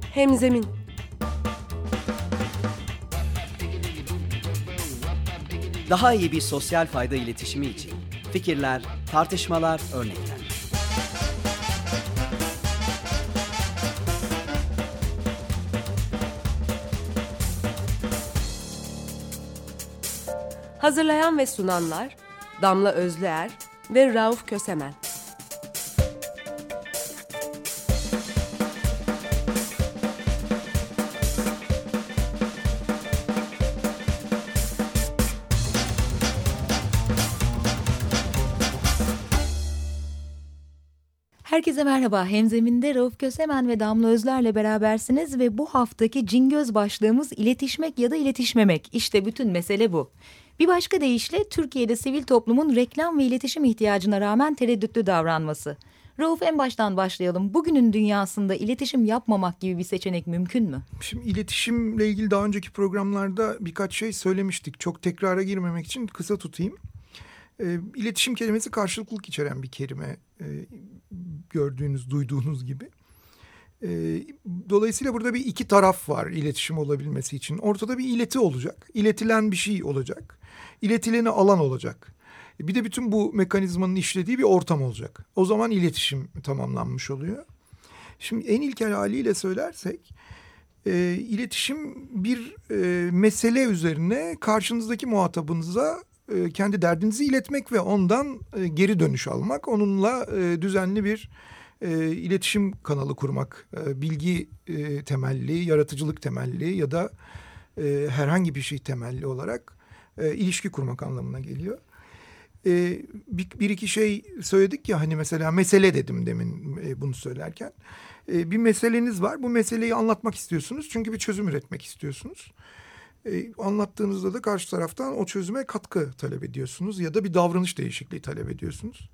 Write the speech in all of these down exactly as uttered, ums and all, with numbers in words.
Hemzemin. Daha iyi bir sosyal fayda iletişimi için fikirler, tartışmalar, örnekler. Hazırlayan ve sunanlar Damla Özlüer ve Rauf Kösemen. Herkese merhaba. Hemzeminde Rauf Kösemen ve Damla Özler'le berabersiniz ve bu haftaki cingöz başlığımız iletişmek ya da iletişmemek. İşte bütün mesele bu. Bir başka deyişle Türkiye'de sivil toplumun reklam ve iletişim ihtiyacına rağmen tereddütlü davranması. Rauf, en baştan başlayalım. Bugünün dünyasında iletişim yapmamak gibi bir seçenek mümkün mü? Şimdi iletişimle ilgili daha önceki programlarda birkaç şey söylemiştik. Çok tekrara girmemek için kısa tutayım. E, iletişim kelimesi karşılıklılık içeren bir kelime. E, gördüğünüz, duyduğunuz gibi. E, dolayısıyla burada bir iki taraf var iletişim olabilmesi için. Ortada bir ileti olacak. İletilen bir şey olacak. İletileni alan olacak. Bir de bütün bu mekanizmanın işlediği bir ortam olacak. O zaman iletişim tamamlanmış oluyor. Şimdi en ilkel haliyle söylersek, e, iletişim bir e, mesele üzerine karşınızdaki muhatabınıza e, kendi derdinizi iletmek ve ondan e, geri dönüş almak. Onunla e, düzenli bir e, iletişim kanalı kurmak. E, bilgi e, temelli, yaratıcılık temelli ya da e, herhangi bir şey temelli olarak e, ilişki kurmak anlamına geliyor. Ee, bir, bir iki şey söyledik ya, hani mesela mesele dedim demin e, bunu söylerken. Ee, bir meseleniz var, bu meseleyi anlatmak istiyorsunuz çünkü bir çözüm üretmek istiyorsunuz. Ee, anlattığınızda da karşı taraftan o çözüme katkı talep ediyorsunuz ya da bir davranış değişikliği talep ediyorsunuz.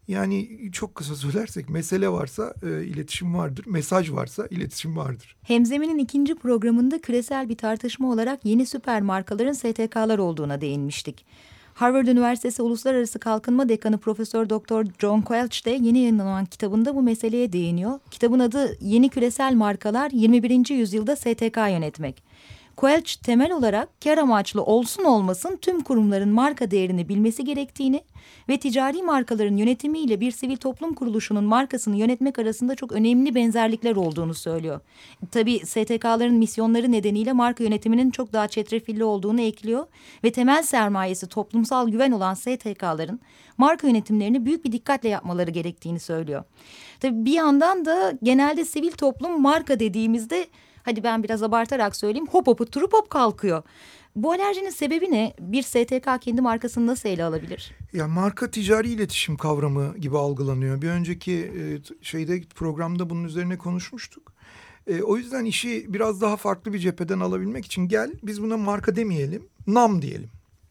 Yani çok kısa söylersek, mesele varsa e, iletişim vardır, mesaj varsa iletişim vardır. Hemzemin'in ikinci programında küresel bir tartışma olarak yeni süper markaların S T K'lar olduğuna değinmiştik. Harvard Üniversitesi Uluslararası Kalkınma Dekanı Profesör Doktor John Quelch de yeni yayınlanan kitabında bu meseleye değiniyor. Kitabın adı Yeni Küresel Markalar yirmi birinci Yüzyılda S T K Yönetmek. Quelch temel olarak kar amaçlı olsun olmasın tüm kurumların marka değerini bilmesi gerektiğini ve ticari markaların yönetimiyle bir sivil toplum kuruluşunun markasını yönetmek arasında çok önemli benzerlikler olduğunu söylüyor. Tabii S T K'ların misyonları nedeniyle marka yönetiminin çok daha çetrefilli olduğunu ekliyor ve temel sermayesi toplumsal güven olan S T K'ların marka yönetimlerini büyük bir dikkatle yapmaları gerektiğini söylüyor. Tabii bir yandan da genelde sivil toplum marka dediğimizde, hadi ben biraz abartarak söyleyeyim, hop hop oturup hop kalkıyor. Bu alerjinin sebebi ne? Bir S T K kendi markasını nasıl ele alabilir? Ya marka ticari iletişim kavramı gibi algılanıyor. Bir önceki e, şeyde programda bunun üzerine konuşmuştuk. E, o yüzden işi biraz daha farklı bir cepheden alabilmek için gel biz buna marka demeyelim, nam diyelim.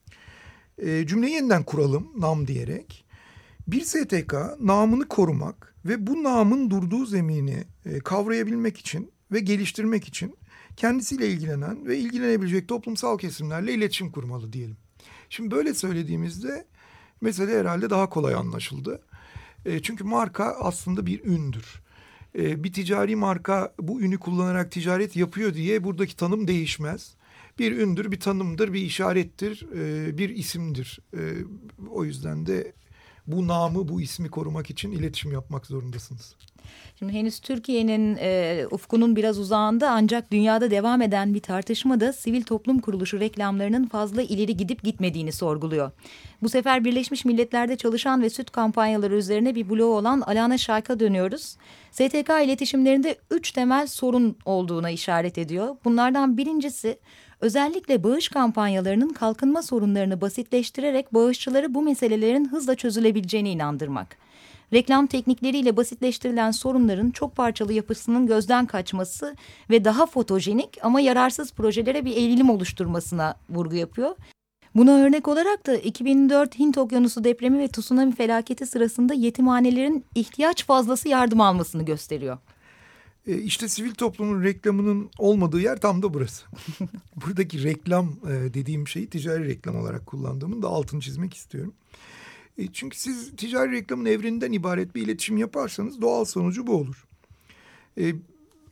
E, cümleyi yeniden kuralım nam diyerek. Bir S T K namını korumak ve bu namın durduğu zemini e, kavrayabilmek için ve geliştirmek için kendisiyle ilgilenen ve ilgilenebilecek toplumsal kesimlerle iletişim kurmalı diyelim. Şimdi böyle söylediğimizde mesele herhalde daha kolay anlaşıldı. E, çünkü marka aslında bir ündür. E, bir ticari marka bu ünü kullanarak ticaret yapıyor diye buradaki tanım değişmez. Bir ündür, bir tanımdır, bir işarettir, e, bir isimdir. E, o yüzden de bu namı, bu ismi korumak için iletişim yapmak zorundasınız. Şimdi henüz Türkiye'nin e, ufkunun biraz uzağında ancak dünyada devam eden bir tartışma da sivil toplum kuruluşu reklamlarının fazla ileri gidip gitmediğini sorguluyor. Bu sefer Birleşmiş Milletler'de çalışan ve süt kampanyaları üzerine bir bloğu olan Alana Şark'a dönüyoruz. S T K iletişimlerinde üç temel sorun olduğuna işaret ediyor. Bunlardan birincisi, özellikle bağış kampanyalarının kalkınma sorunlarını basitleştirerek bağışçıları bu meselelerin hızla çözülebileceğine inandırmak. Reklam teknikleriyle basitleştirilen sorunların çok parçalı yapısının gözden kaçması ve daha fotojenik ama yararsız projelere bir eğilim oluşturmasına vurgu yapıyor. Buna örnek olarak da iki bin dört Hint Okyanusu depremi ve tsunami felaketi sırasında yetimhanelerin ihtiyaç fazlası yardım almasını gösteriyor. E işte sivil toplumun reklamının olmadığı yer tam da burası. Buradaki reklam e, dediğim şeyi ticari reklam olarak kullandığımın da altını çizmek istiyorum. E, çünkü siz ticari reklamın evreninden ibaret bir iletişim yaparsanız doğal sonucu bu olur. E,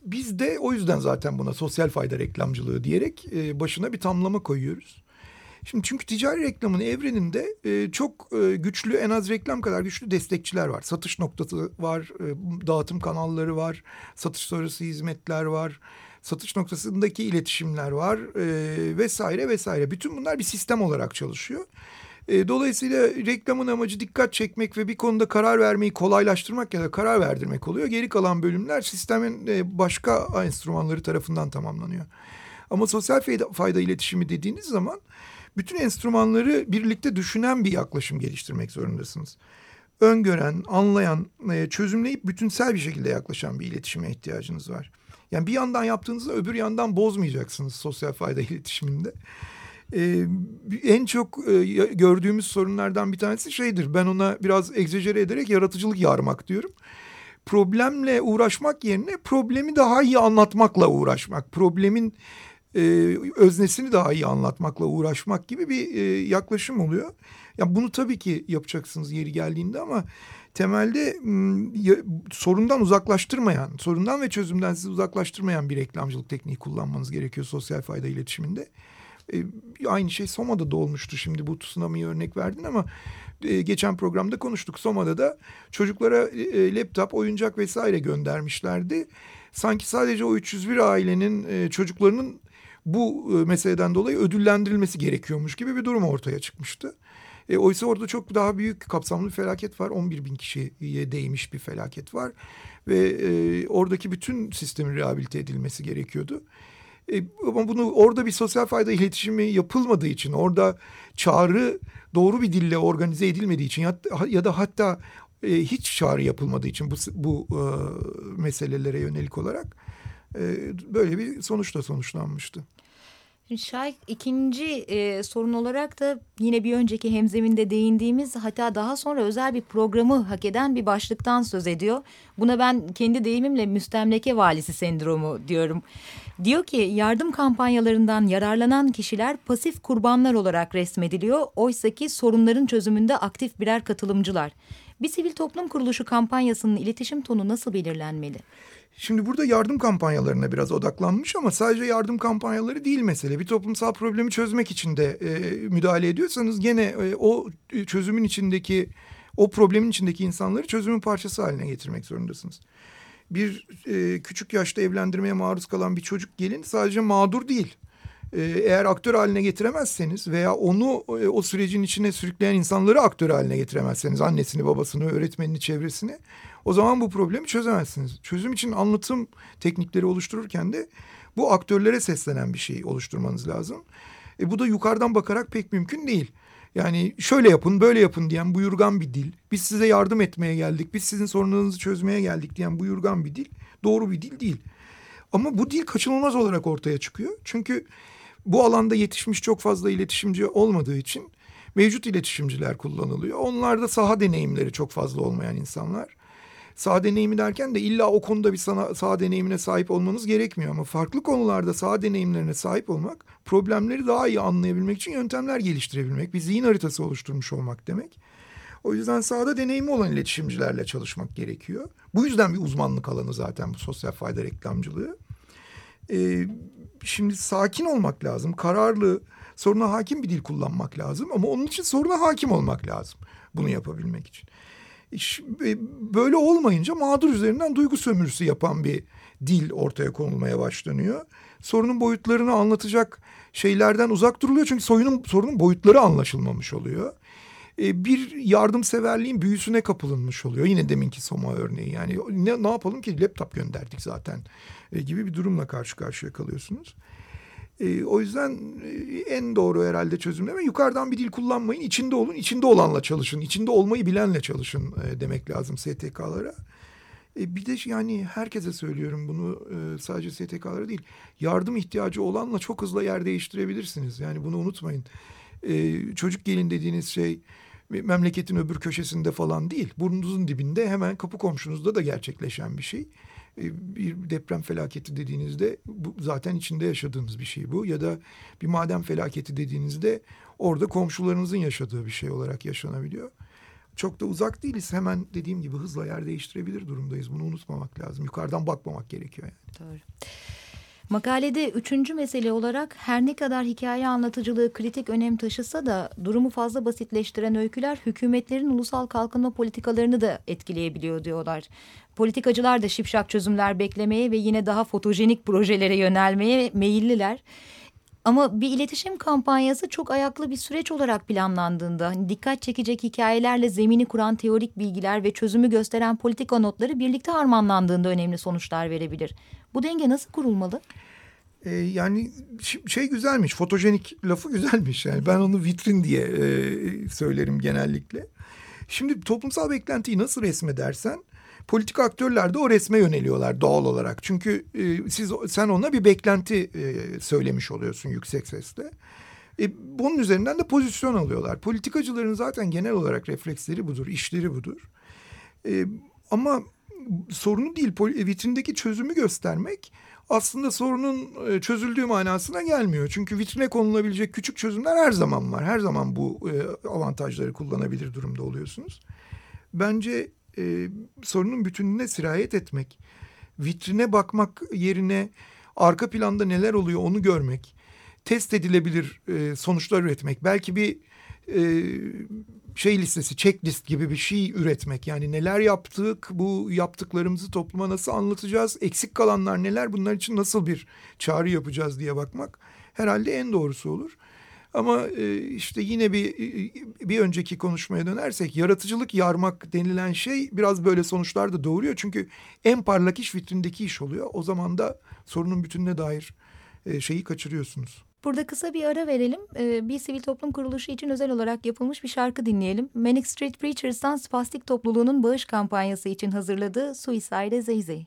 biz de o yüzden zaten buna sosyal fayda reklamcılığı diyerek e, başına bir tamlama koyuyoruz. Şimdi çünkü ticari reklamın evreninde e, çok e, güçlü, en az reklam kadar güçlü destekçiler var. Satış noktası var, e, dağıtım kanalları var, satış sonrası hizmetler var, satış noktasındaki iletişimler var e, vesaire vesaire. Bütün bunlar bir sistem olarak çalışıyor. E, dolayısıyla reklamın amacı dikkat çekmek ve bir konuda karar vermeyi kolaylaştırmak ya da karar verdirmek oluyor. Geri kalan bölümler sistemin e, başka enstrümanları tarafından tamamlanıyor. Ama sosyal fayda, fayda iletişimi dediğiniz zaman bütün enstrümanları birlikte düşünen bir yaklaşım geliştirmek zorundasınız. Öngören, anlayan, e, çözümleyip bütünsel bir şekilde yaklaşan bir iletişime ihtiyacınız var. Yani bir yandan yaptığınızda öbür yandan bozmayacaksınız sosyal fayda iletişiminde. Ee, en çok e, gördüğümüz sorunlardan bir tanesi şeydir. Ben ona biraz egzajere ederek yaratıcılık yarmak diyorum. Problemle uğraşmak yerine problemi daha iyi anlatmakla uğraşmak. Problemin e, öznesini daha iyi anlatmakla uğraşmak gibi bir e, yaklaşım oluyor. Yani bunu tabii ki yapacaksınız yeri geldiğinde ama temelde ya, sorundan uzaklaştırmayan, sorundan ve çözümden sizi uzaklaştırmayan bir reklamcılık tekniği kullanmanız gerekiyor sosyal fayda iletişiminde. E, aynı şey Soma'da da olmuştu. Şimdi bu tsunami'ye örnek verdin ama e, geçen programda konuştuk. Soma'da da çocuklara e, laptop, oyuncak vesaire göndermişlerdi. Sanki sadece o üç yüz bir ailenin e, çocuklarının bu e, meseleden dolayı ödüllendirilmesi gerekiyormuş gibi bir durum ortaya çıkmıştı. E, oysa orada çok daha büyük kapsamlı bir felaket var. on bir bin kişiye değmiş bir felaket var. Ve e, oradaki bütün sistemin rehabilite edilmesi gerekiyordu. E, ama bunu orada bir sosyal fayda iletişimi yapılmadığı için, orada çağrı doğru bir dille organize edilmediği için ya, ya da hatta e, hiç çağrı yapılmadığı için bu, bu e, meselelere yönelik olarak e, böyle bir sonuçla sonuçlanmıştı. Şahik ikinci e, sorun olarak da yine bir önceki hemzeminde değindiğimiz, hatta daha sonra özel bir programı hak eden bir başlıktan söz ediyor. Buna ben kendi deyimimle müstemleke valisi sendromu diyorum. Diyor ki yardım kampanyalarından yararlanan kişiler pasif kurbanlar olarak resmediliyor. Oysaki sorunların çözümünde aktif birer katılımcılar. Bir sivil toplum kuruluşu kampanyasının iletişim tonu nasıl belirlenmeli? Şimdi burada yardım kampanyalarına biraz odaklanmış ama sadece yardım kampanyaları değil mesele. Bir toplumsal problemi çözmek için de e, müdahale ediyorsanız gene e, o çözümün içindeki, o problemin içindeki insanları çözümün parçası haline getirmek zorundasınız. Bir e, küçük yaşta evlendirmeye maruz kalan bir çocuk gelin sadece mağdur değil. E, eğer aktör haline getiremezseniz veya onu e, o sürecin içine sürükleyen insanları aktör haline getiremezseniz, annesini, babasını, öğretmenini, çevresini, o zaman bu problemi çözemezsiniz. Çözüm için anlatım teknikleri oluştururken de bu aktörlere seslenen bir şey oluşturmanız lazım. E, bu da yukarıdan bakarak pek mümkün değil. Yani şöyle yapın, böyle yapın diyen buyurgan bir dil. Biz size yardım etmeye geldik, biz sizin sorunlarınızı çözmeye geldik diyen buyurgan bir dil. Doğru bir dil değil. Ama bu dil kaçınılmaz olarak ortaya çıkıyor. Çünkü bu alanda yetişmiş çok fazla iletişimci olmadığı için mevcut iletişimciler kullanılıyor. Onlar da saha deneyimleri çok fazla olmayan insanlar. Saha deneyimi derken de illa o konuda bir sana, saha deneyimine sahip olmanız gerekmiyor. Ama farklı konularda saha deneyimlerine sahip olmak, problemleri daha iyi anlayabilmek için yöntemler geliştirebilmek, bir zihin haritası oluşturmuş olmak demek. O yüzden sahada deneyimi olan iletişimcilerle çalışmak gerekiyor. Bu yüzden bir uzmanlık alanı zaten bu sosyal fayda reklamcılığı. Ee, şimdi sakin olmak lazım, kararlı, soruna hakim bir dil kullanmak lazım. Ama onun için soruna hakim olmak lazım bunu yapabilmek için. Böyle olmayınca mağdur üzerinden duygu sömürüsü yapan bir dil ortaya konulmaya başlanıyor. Sorunun boyutlarını anlatacak şeylerden uzak duruluyor. Çünkü sorunun, sorunun boyutları anlaşılmamış oluyor. Ee, bir yardımseverliğin büyüsüne kapılınmış oluyor. Yine deminki Soma örneği. Yani ne, ne yapalım ki, laptop gönderdik zaten e, gibi bir durumla karşı karşıya kalıyorsunuz. E, o yüzden e, en doğru herhalde çözümleme yukarıdan bir dil kullanmayın, içinde olun, içinde olanla çalışın, içinde olmayı bilenle çalışın e, demek lazım S T K'lara. E, bir de yani herkese söylüyorum bunu, e, sadece S T K'lara değil, yardım ihtiyacı olanla çok hızlı yer değiştirebilirsiniz. Yani bunu unutmayın. E, çocuk gelin dediğiniz şey memleketin öbür köşesinde falan değil, burnunuzun dibinde, hemen kapı komşunuzda da gerçekleşen bir şey. Bir deprem felaketi dediğinizde bu zaten içinde yaşadığınız bir şey bu. Ya da bir maden felaketi dediğinizde orada komşularınızın yaşadığı bir şey olarak yaşanabiliyor. çok da uzak değiliz. Hemen dediğim gibi hızla yer değiştirebilir durumdayız. Bunu unutmamak lazım. Yukarıdan bakmamak gerekiyor yani. Doğru. Makalede üçüncü mesele olarak her ne kadar hikaye anlatıcılığı kritik önem taşısa da durumu fazla basitleştiren öyküler hükümetlerin ulusal kalkınma politikalarını da etkileyebiliyor diyorlar. Politikacılar da şipşak çözümler beklemeye ve yine daha fotojenik projelere yönelmeye meyilliler. Ama bir iletişim kampanyası çok ayaklı bir süreç olarak planlandığında, hani dikkat çekecek hikayelerle zemini kuran teorik bilgiler ve çözümü gösteren politika notları birlikte harmanlandığında önemli sonuçlar verebilir. Bu denge nasıl kurulmalı? Ee, yani şey güzelmiş, fotojenik lafı güzelmiş. Yani ben onu vitrin diye e, söylerim genellikle. Şimdi toplumsal beklentiyi nasıl resmedersen, politik aktörler de o resme yöneliyorlar doğal olarak. Çünkü e, siz sen ona bir beklenti e, söylemiş oluyorsun yüksek sesle. E, bunun üzerinden de pozisyon alıyorlar. Politikacıların zaten genel olarak refleksleri budur, işleri budur. E, ama sorunu değil, vitrindeki çözümü göstermek aslında sorunun e, çözüldüğü manasına gelmiyor. Çünkü vitrine konulabilecek küçük çözümler her zaman var. Her zaman bu e, avantajları kullanabilir durumda oluyorsunuz. Bence e, sorunun bütününe sirayet etmek, vitrine bakmak yerine arka planda neler oluyor onu görmek, test edilebilir e, sonuçlar üretmek, belki bir e, şey listesi, checklist gibi bir şey üretmek. Yani neler yaptık, bu yaptıklarımızı topluma nasıl anlatacağız, eksik kalanlar neler, bunlar için nasıl bir çağrı yapacağız diye bakmak herhalde en doğrusu olur. Ama işte yine bir bir önceki konuşmaya dönersek, yaratıcılık yarmak denilen şey biraz böyle sonuçlar da doğuruyor. Çünkü en parlak iş vitrindeki iş oluyor. O zaman da sorunun bütününe dair şeyi kaçırıyorsunuz. Burada kısa bir ara verelim. Bir sivil toplum kuruluşu için özel olarak yapılmış bir şarkı dinleyelim. Manic Street Preachers'tan spastik topluluğunun bağış kampanyası için hazırladığı Suicide is Easy.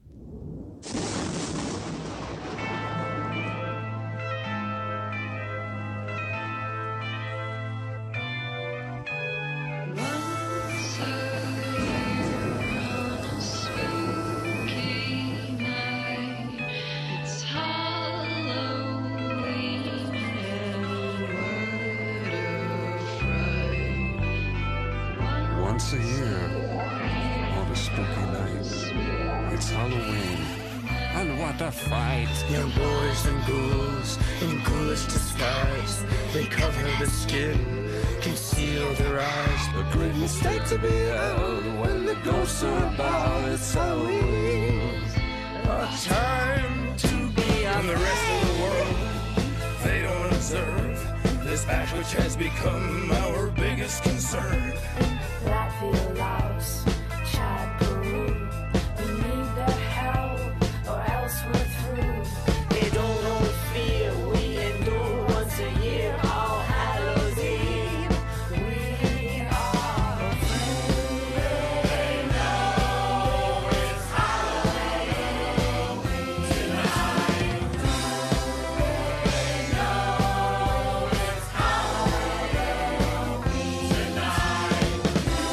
Once a year, on a spooky night, it's Halloween, and what a fight! Young boys and ghouls in ghoulish disguise, they cover the skin, conceal their eyes. A great mistake to be held when the ghosts are about. It's Halloween, A time to be on the rest of the world. They don't observe this act which has become our biggest concern. Latvia, Laos, Chad, Peru. We need their help, or else we're through. They don't know the fear we endure once a year. All Hallows Eve, we are afraid. They know it's Halloween tonight. They know it's Halloween tonight.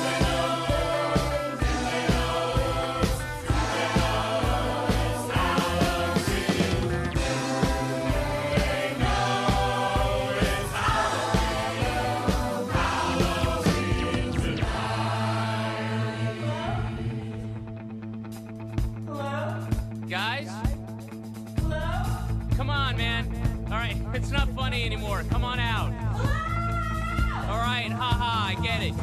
Guys? Come on, man. All right, it's not funny anymore. Come on out. All right, haha, I get it.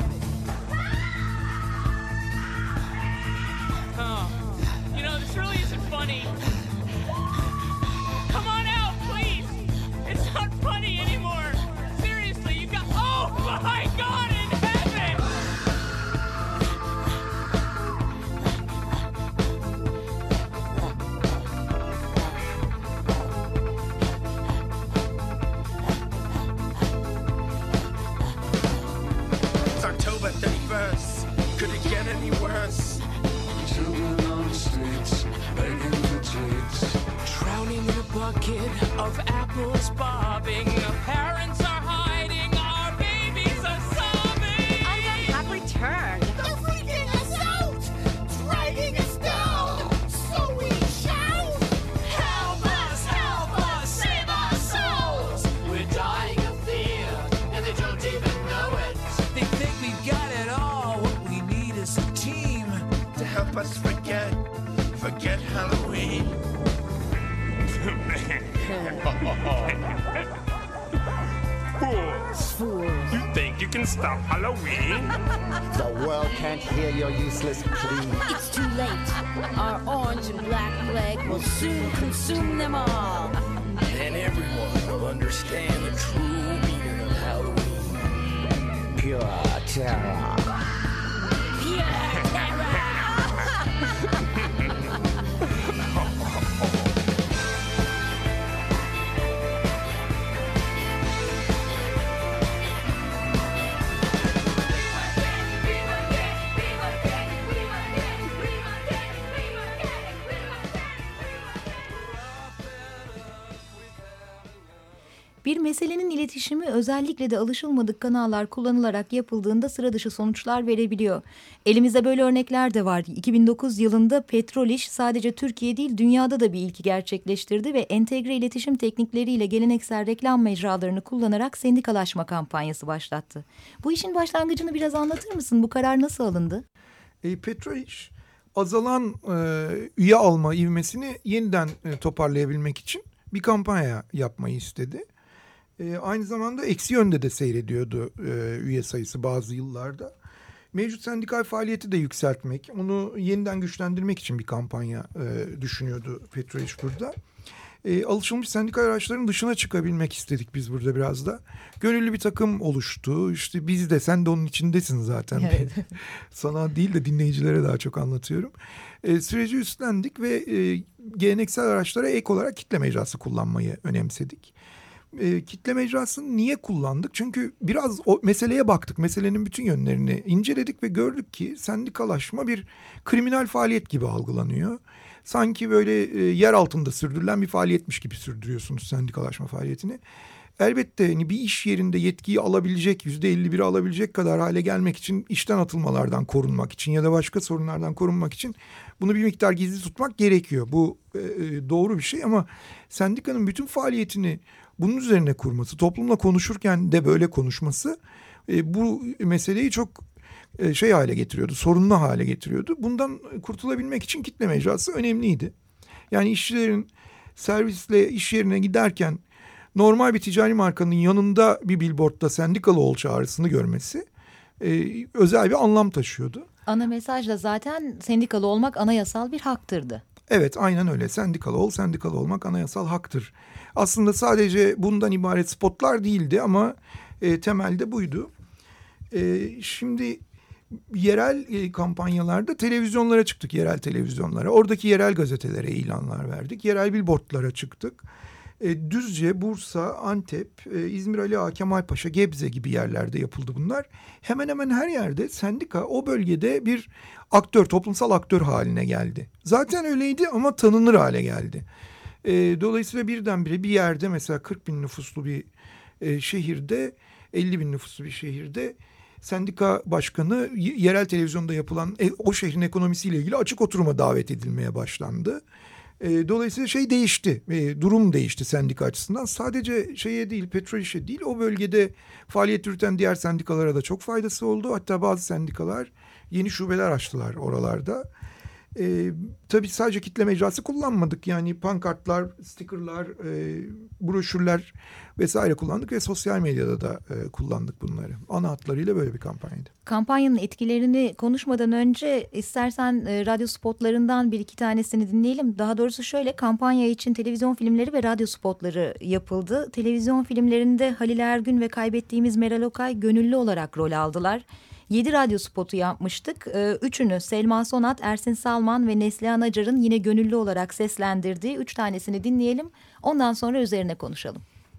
Oh, you know, this really isn't funny. Come on out, please. It's not funny anymore. Seriously, you got... Oh, my God in heaven! It's October thirty-first. Could it get any worse? children on the streets, begging for treats. Drowning in a bucket of apples bobbing. The parents are hiding. Our babies are sobbing. I have returned. They're freaking us out! Dragging us down! So we shout! Help us, help us, save our souls. We're dying of fear, and they don't even know it. They think we've got it all, help us forget, forget Halloween. Fools. Fools. You think you can stop Halloween? The world can't hear your useless plea. It's too late. Our orange and black plague will soon consume them all. And everyone will understand the true meaning of Halloween. Pure terror. Pure terror! Bir meselenin iletişimi özellikle de alışılmadık kanallar kullanılarak yapıldığında sıra dışı sonuçlar verebiliyor. Elimizde böyle örnekler de var. iki bin dokuz yılında Petrol İş sadece Türkiye değil dünyada da bir ilki gerçekleştirdi ve entegre iletişim teknikleriyle geleneksel reklam mecralarını kullanarak sendikalaşma kampanyası başlattı. Bu işin başlangıcını biraz anlatır mısın? Bu karar nasıl alındı? E, Petrol İş azalan e, üye alma ivmesini yeniden e, toparlayabilmek için bir kampanya yapmayı istedi. E, aynı zamanda eksi yönde de seyrediyordu e, üye sayısı bazı yıllarda. Mevcut sendikal faaliyeti de yükseltmek, onu yeniden güçlendirmek için bir kampanya e, düşünüyordu Petrol İş burada. E, alışılmış sendikal araçların dışına çıkabilmek istedik biz burada biraz da. Gönüllü bir takım oluştu. İşte biz de, sen de onun içindesin zaten. Evet. Sana değil de dinleyicilere daha çok anlatıyorum. E, süreci üstlendik ve e, geleneksel araçlara ek olarak kitle mecrası kullanmayı önemsedik. E, kitle mecrasını niye kullandık? Çünkü biraz o meseleye baktık. Meselenin bütün yönlerini inceledik ve gördük ki sendikalaşma bir kriminal faaliyet gibi algılanıyor. Sanki böyle e, yer altında sürdürülen bir faaliyetmiş gibi sürdürüyorsunuz sendikalaşma faaliyetini. Elbette hani bir iş yerinde yetkiyi alabilecek, yüzde elli biri alabilecek kadar hale gelmek için, işten atılmalardan korunmak için ya da başka sorunlardan korunmak için bunu bir miktar gizli tutmak gerekiyor. Bu e, doğru bir şey ama sendikanın bütün faaliyetini bunun üzerine kurması, toplumla konuşurken de böyle konuşması e, bu meseleyi çok e, şey hale getiriyordu, sorunlu hale getiriyordu. Bundan kurtulabilmek için kitle mecrası önemliydi. Yani işçilerin servisle iş yerine giderken normal bir ticari markanın yanında bir billboardda sendikalı ol çağrısını görmesi e, özel bir anlam taşıyordu. Ana mesaj da zaten sendikalı olmak anayasal bir haktırdı. Evet, aynen öyle. Sendikalı ol, sendikalı olmak anayasal haktır. Aslında sadece bundan ibaret spotlar değildi ama e, temelde buydu. E, şimdi yerel e, kampanyalarda televizyonlara çıktık, yerel televizyonlara. Oradaki yerel gazetelere ilanlar verdik. Yerel billboardlara çıktık. E, Düzce, Bursa, Antep, e, İzmir Ali Ağa Kemalpaşa, Gebze gibi yerlerde yapıldı bunlar. Hemen hemen her yerde sendika o bölgede bir aktör, toplumsal aktör haline geldi. Zaten öyleydi ama tanınır hale geldi. E, dolayısıyla birdenbire bir yerde, mesela kırk bin nüfuslu bir e, şehirde, elli bin nüfuslu bir şehirde sendika başkanı yerel televizyonda yapılan e, o şehrin ekonomisiyle ilgili açık oturuma davet edilmeye başlandı. E, dolayısıyla şey değişti, e, durum değişti sendika açısından. Sadece şeye değil, Petrol İş'e değil, o bölgede faaliyet yürüten diğer sendikalara da çok faydası oldu. Hatta bazı sendikalar yeni şubeler açtılar oralarda. E, tabii sadece kitle mecrası kullanmadık. Yani pankartlar, stikerler, e, broşürler vesaire kullandık ve sosyal medyada da e, kullandık bunları. Ana hatlarıyla böyle bir kampanyaydı. Kampanyanın etkilerini konuşmadan önce istersen e, radyo spotlarından bir iki tanesini dinleyelim. Daha doğrusu şöyle, kampanya için televizyon filmleri ve radyo spotları yapıldı. Televizyon filmlerinde Halil Ergün ve kaybettiğimiz Meral Okay gönüllü olarak rol aldılar. Yedi radyo spotu yapmıştık. Ee, üçünü Selma Sonat, Ersin Salman ve Neslihan Acar'ın yine gönüllü olarak seslendirdiği üç tanesini dinleyelim. Ondan sonra üzerine konuşalım.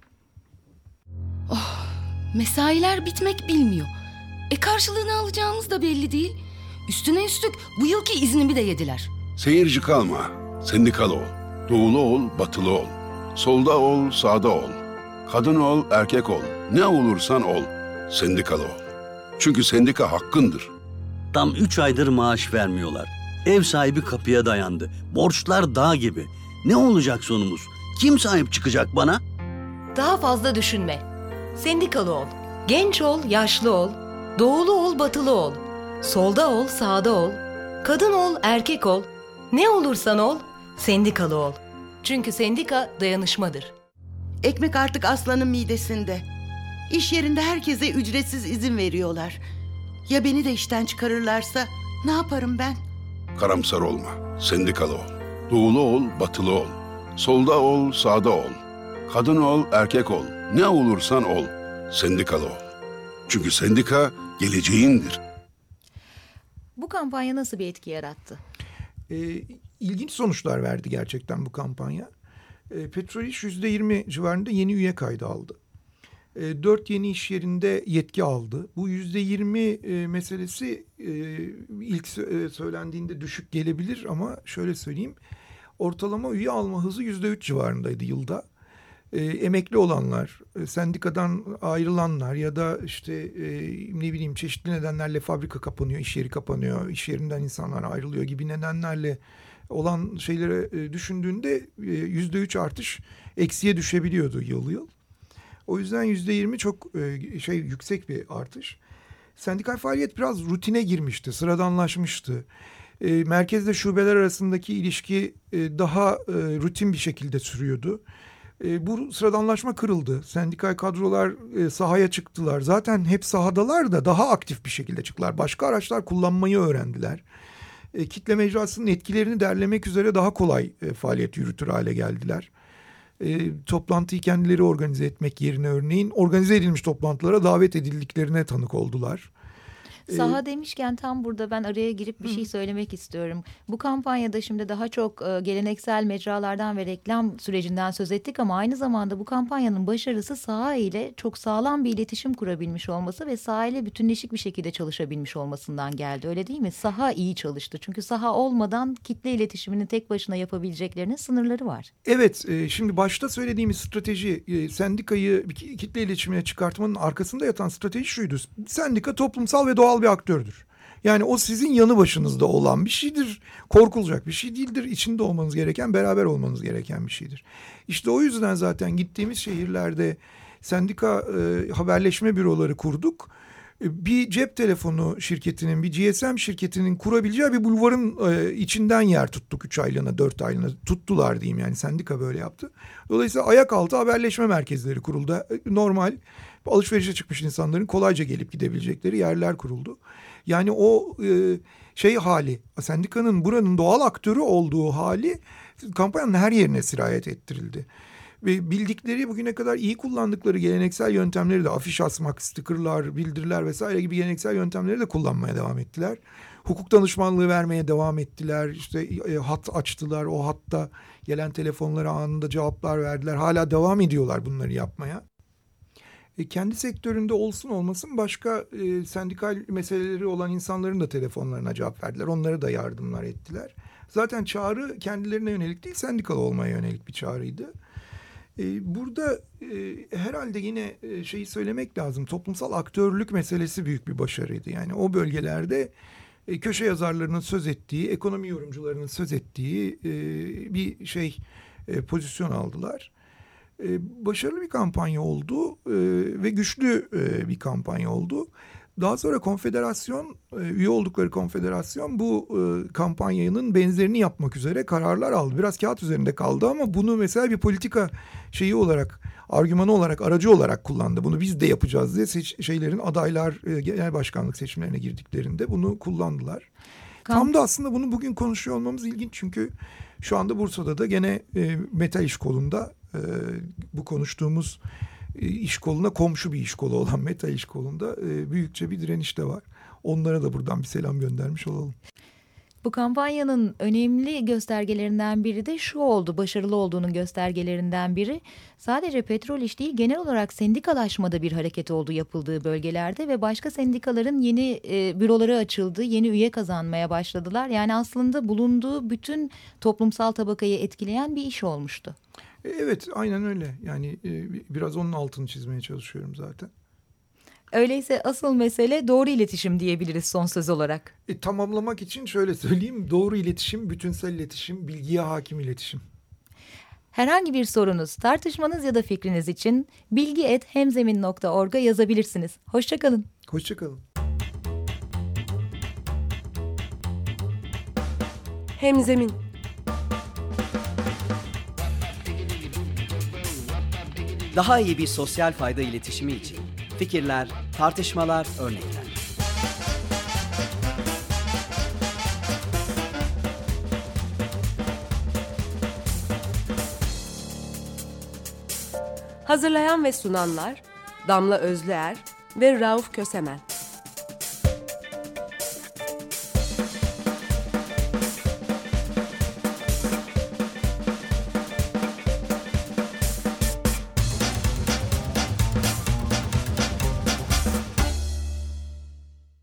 Oh, mesailer bitmek bilmiyor. E karşılığını alacağımız da belli değil. Üstüne üstlük bu yılki iznimi de yediler. Seyirci kalma, sendikalı ol. Doğulu ol, batılı ol. Solda ol, sağda ol. Kadın ol, erkek ol. Ne olursan ol, sendikalı ol. Çünkü sendika hakkındır. Tam üç aydır maaş vermiyorlar. Ev sahibi kapıya dayandı. Borçlar dağ gibi. Ne olacak sonumuz? Kim sahip çıkacak bana? Daha fazla düşünme. Sendikalı ol. Genç ol, yaşlı ol. Doğulu ol, batılı ol. Solda ol, sağda ol. Kadın ol, erkek ol, ne olursan ol, sendikalı ol. Çünkü sendika dayanışmadır. Ekmek artık aslanın midesinde. İş yerinde herkese ücretsiz izin veriyorlar. Ya beni de işten çıkarırlarsa ne yaparım ben? Karamsar olma, sendikalı ol. Doğulu ol, batılı ol. Solda ol, sağda ol. Kadın ol, erkek ol. Ne olursan ol, sendikalı ol. Çünkü sendika geleceğindir. Bu kampanya nasıl bir etki yarattı? E, ilginç sonuçlar verdi gerçekten bu kampanya. E, Petrol İş yüzde yirmi civarında yeni üye kaydı aldı. E, dört yeni iş yerinde yetki aldı. Bu yüzde yirmi e, meselesi e, ilk sö- e, söylendiğinde düşük gelebilir ama şöyle söyleyeyim. Ortalama üye alma hızı yüzde üç civarındaydı yılda. E, emekli olanlar, e, sendikadan ayrılanlar ya da işte e, ne bileyim çeşitli nedenlerle fabrika kapanıyor, iş yeri kapanıyor, iş yerinden insanlar ayrılıyor gibi nedenlerle olan şeylere e, düşündüğünde yüzde üç artış eksiye düşebiliyordu yıl yıl. O yüzden yüzde yirmi çok e, şey yüksek bir artış. Sendikal faaliyet biraz rutine girmişti, sıradanlaşmıştı. E, merkezle şubeler arasındaki ilişki e, daha e, rutin bir şekilde sürüyordu. E, bu sıradanlaşma kırıldı. Sendikal kadrolar e, sahaya çıktılar. Zaten hep sahadalar da daha aktif bir şekilde çıktılar. Başka araçlar kullanmayı öğrendiler. E, kitle mecrasının etkilerini derlemek üzere daha kolay e, faaliyet yürütür hale geldiler. E, toplantıyı kendileri organize etmek yerine örneğin organize edilmiş toplantılara davet edildiklerine tanık oldular. Saha ee, demişken tam burada ben araya girip bir hı. şey söylemek istiyorum. Bu kampanyada şimdi daha çok e, geleneksel mecralardan ve reklam sürecinden söz ettik ama aynı zamanda bu kampanyanın başarısı saha ile çok sağlam bir iletişim kurabilmiş olması ve saha ile bütünleşik bir şekilde çalışabilmiş olmasından geldi. Öyle değil mi? Saha iyi çalıştı. Çünkü saha olmadan kitle iletişimini tek başına yapabileceklerinin sınırları var. Evet, e, şimdi başta söylediğimiz strateji e, sendikayı kitle iletişimine çıkartmanın arkasında yatan strateji şuydu. Sendika toplumsal ve doğal bir aktördür. Yani o sizin yanı başınızda olan bir şeydir. Korkulacak bir şey değildir. İçinde olmanız gereken, beraber olmanız gereken bir şeydir. İşte o yüzden zaten gittiğimiz şehirlerde sendika e, haberleşme büroları kurduk. E, bir cep telefonu şirketinin, bir G S M şirketinin kurabileceği bir bulvarın e, içinden yer tuttuk üç aylığına, dört aylığına. Tuttular diyeyim yani sendika böyle yaptı. Dolayısıyla ayak altı haberleşme merkezleri kuruldu. E, normal alışverişe çıkmış insanların kolayca gelip gidebilecekleri yerler kuruldu. Yani o e, şey hali, sendikanın buranın doğal aktörü olduğu hali kampanyanın her yerine sirayet ettirildi. Ve bildikleri bugüne kadar iyi kullandıkları geleneksel yöntemleri de afiş asmak, stickerlar, bildiriler vesaire gibi geleneksel yöntemleri de kullanmaya devam ettiler. Hukuk danışmanlığı vermeye devam ettiler. İşte e, hat açtılar. O hatta gelen telefonlara anında cevaplar verdiler. Hala devam ediyorlar bunları yapmaya. E, kendi sektöründe olsun olmasın başka e, sendikal meseleleri olan insanların da telefonlarına cevap verdiler. Onlara da yardımlar ettiler. Zaten çağrı kendilerine yönelik değil, sendikalı olmaya yönelik bir çağrıydı. E, burada e, herhalde yine e, şeyi söylemek lazım. Toplumsal aktörlük meselesi büyük bir başarıydı. Yani o bölgelerde e, köşe yazarlarının söz ettiği, ekonomi yorumcularının söz ettiği e, bir şey e, pozisyon aldılar. Ee, başarılı bir kampanya oldu ee, ve güçlü e, bir kampanya oldu. Daha sonra konfederasyon, e, üye oldukları konfederasyon bu e, kampanyanın benzerini yapmak üzere kararlar aldı. Biraz kağıt üzerinde kaldı ama bunu mesela bir politika şeyi olarak, argümanı olarak, aracı olarak kullandı. Bunu biz de yapacağız diye seç, şeylerin adaylar e, genel başkanlık seçimlerine girdiklerinde bunu kullandılar. Kamp- Tam da aslında bunu bugün konuşuyor olmamız ilginç çünkü şu anda Bursa'da da gene e, metal iş kolunda e, bu konuştuğumuz e, iş koluna komşu bir iş kolu olan metal iş kolunda e, büyükçe bir direniş de var. Onlara da buradan bir selam göndermiş olalım. Bu kampanyanın önemli göstergelerinden biri de şu oldu, başarılı olduğunun göstergelerinden biri. Sadece petrol iş değil, genel olarak sendikalaşmada bir hareket oldu yapıldığı bölgelerde ve başka sendikaların yeni e, büroları açıldı, yeni üye kazanmaya başladılar. Yani aslında bulunduğu bütün toplumsal tabakayı etkileyen bir iş olmuştu. Evet, aynen öyle. Yani e, biraz onun altını çizmeye çalışıyorum zaten. Öyleyse asıl mesele doğru iletişim diyebiliriz son söz olarak. E, tamamlamak için şöyle söyleyeyim. Doğru iletişim, bütünsel iletişim, bilgiye hakim iletişim. Herhangi bir sorunuz, tartışmanız ya da fikriniz için bilgi et hemzemin nokta org'a yazabilirsiniz. Hoşça kalın. Hoşça kalın. Hemzemin. Daha iyi bir sosyal fayda iletişimi için fikirler, tartışmalar, örnekler. Hazırlayan ve sunanlar Damla Özlüer ve Rauf Kösemen.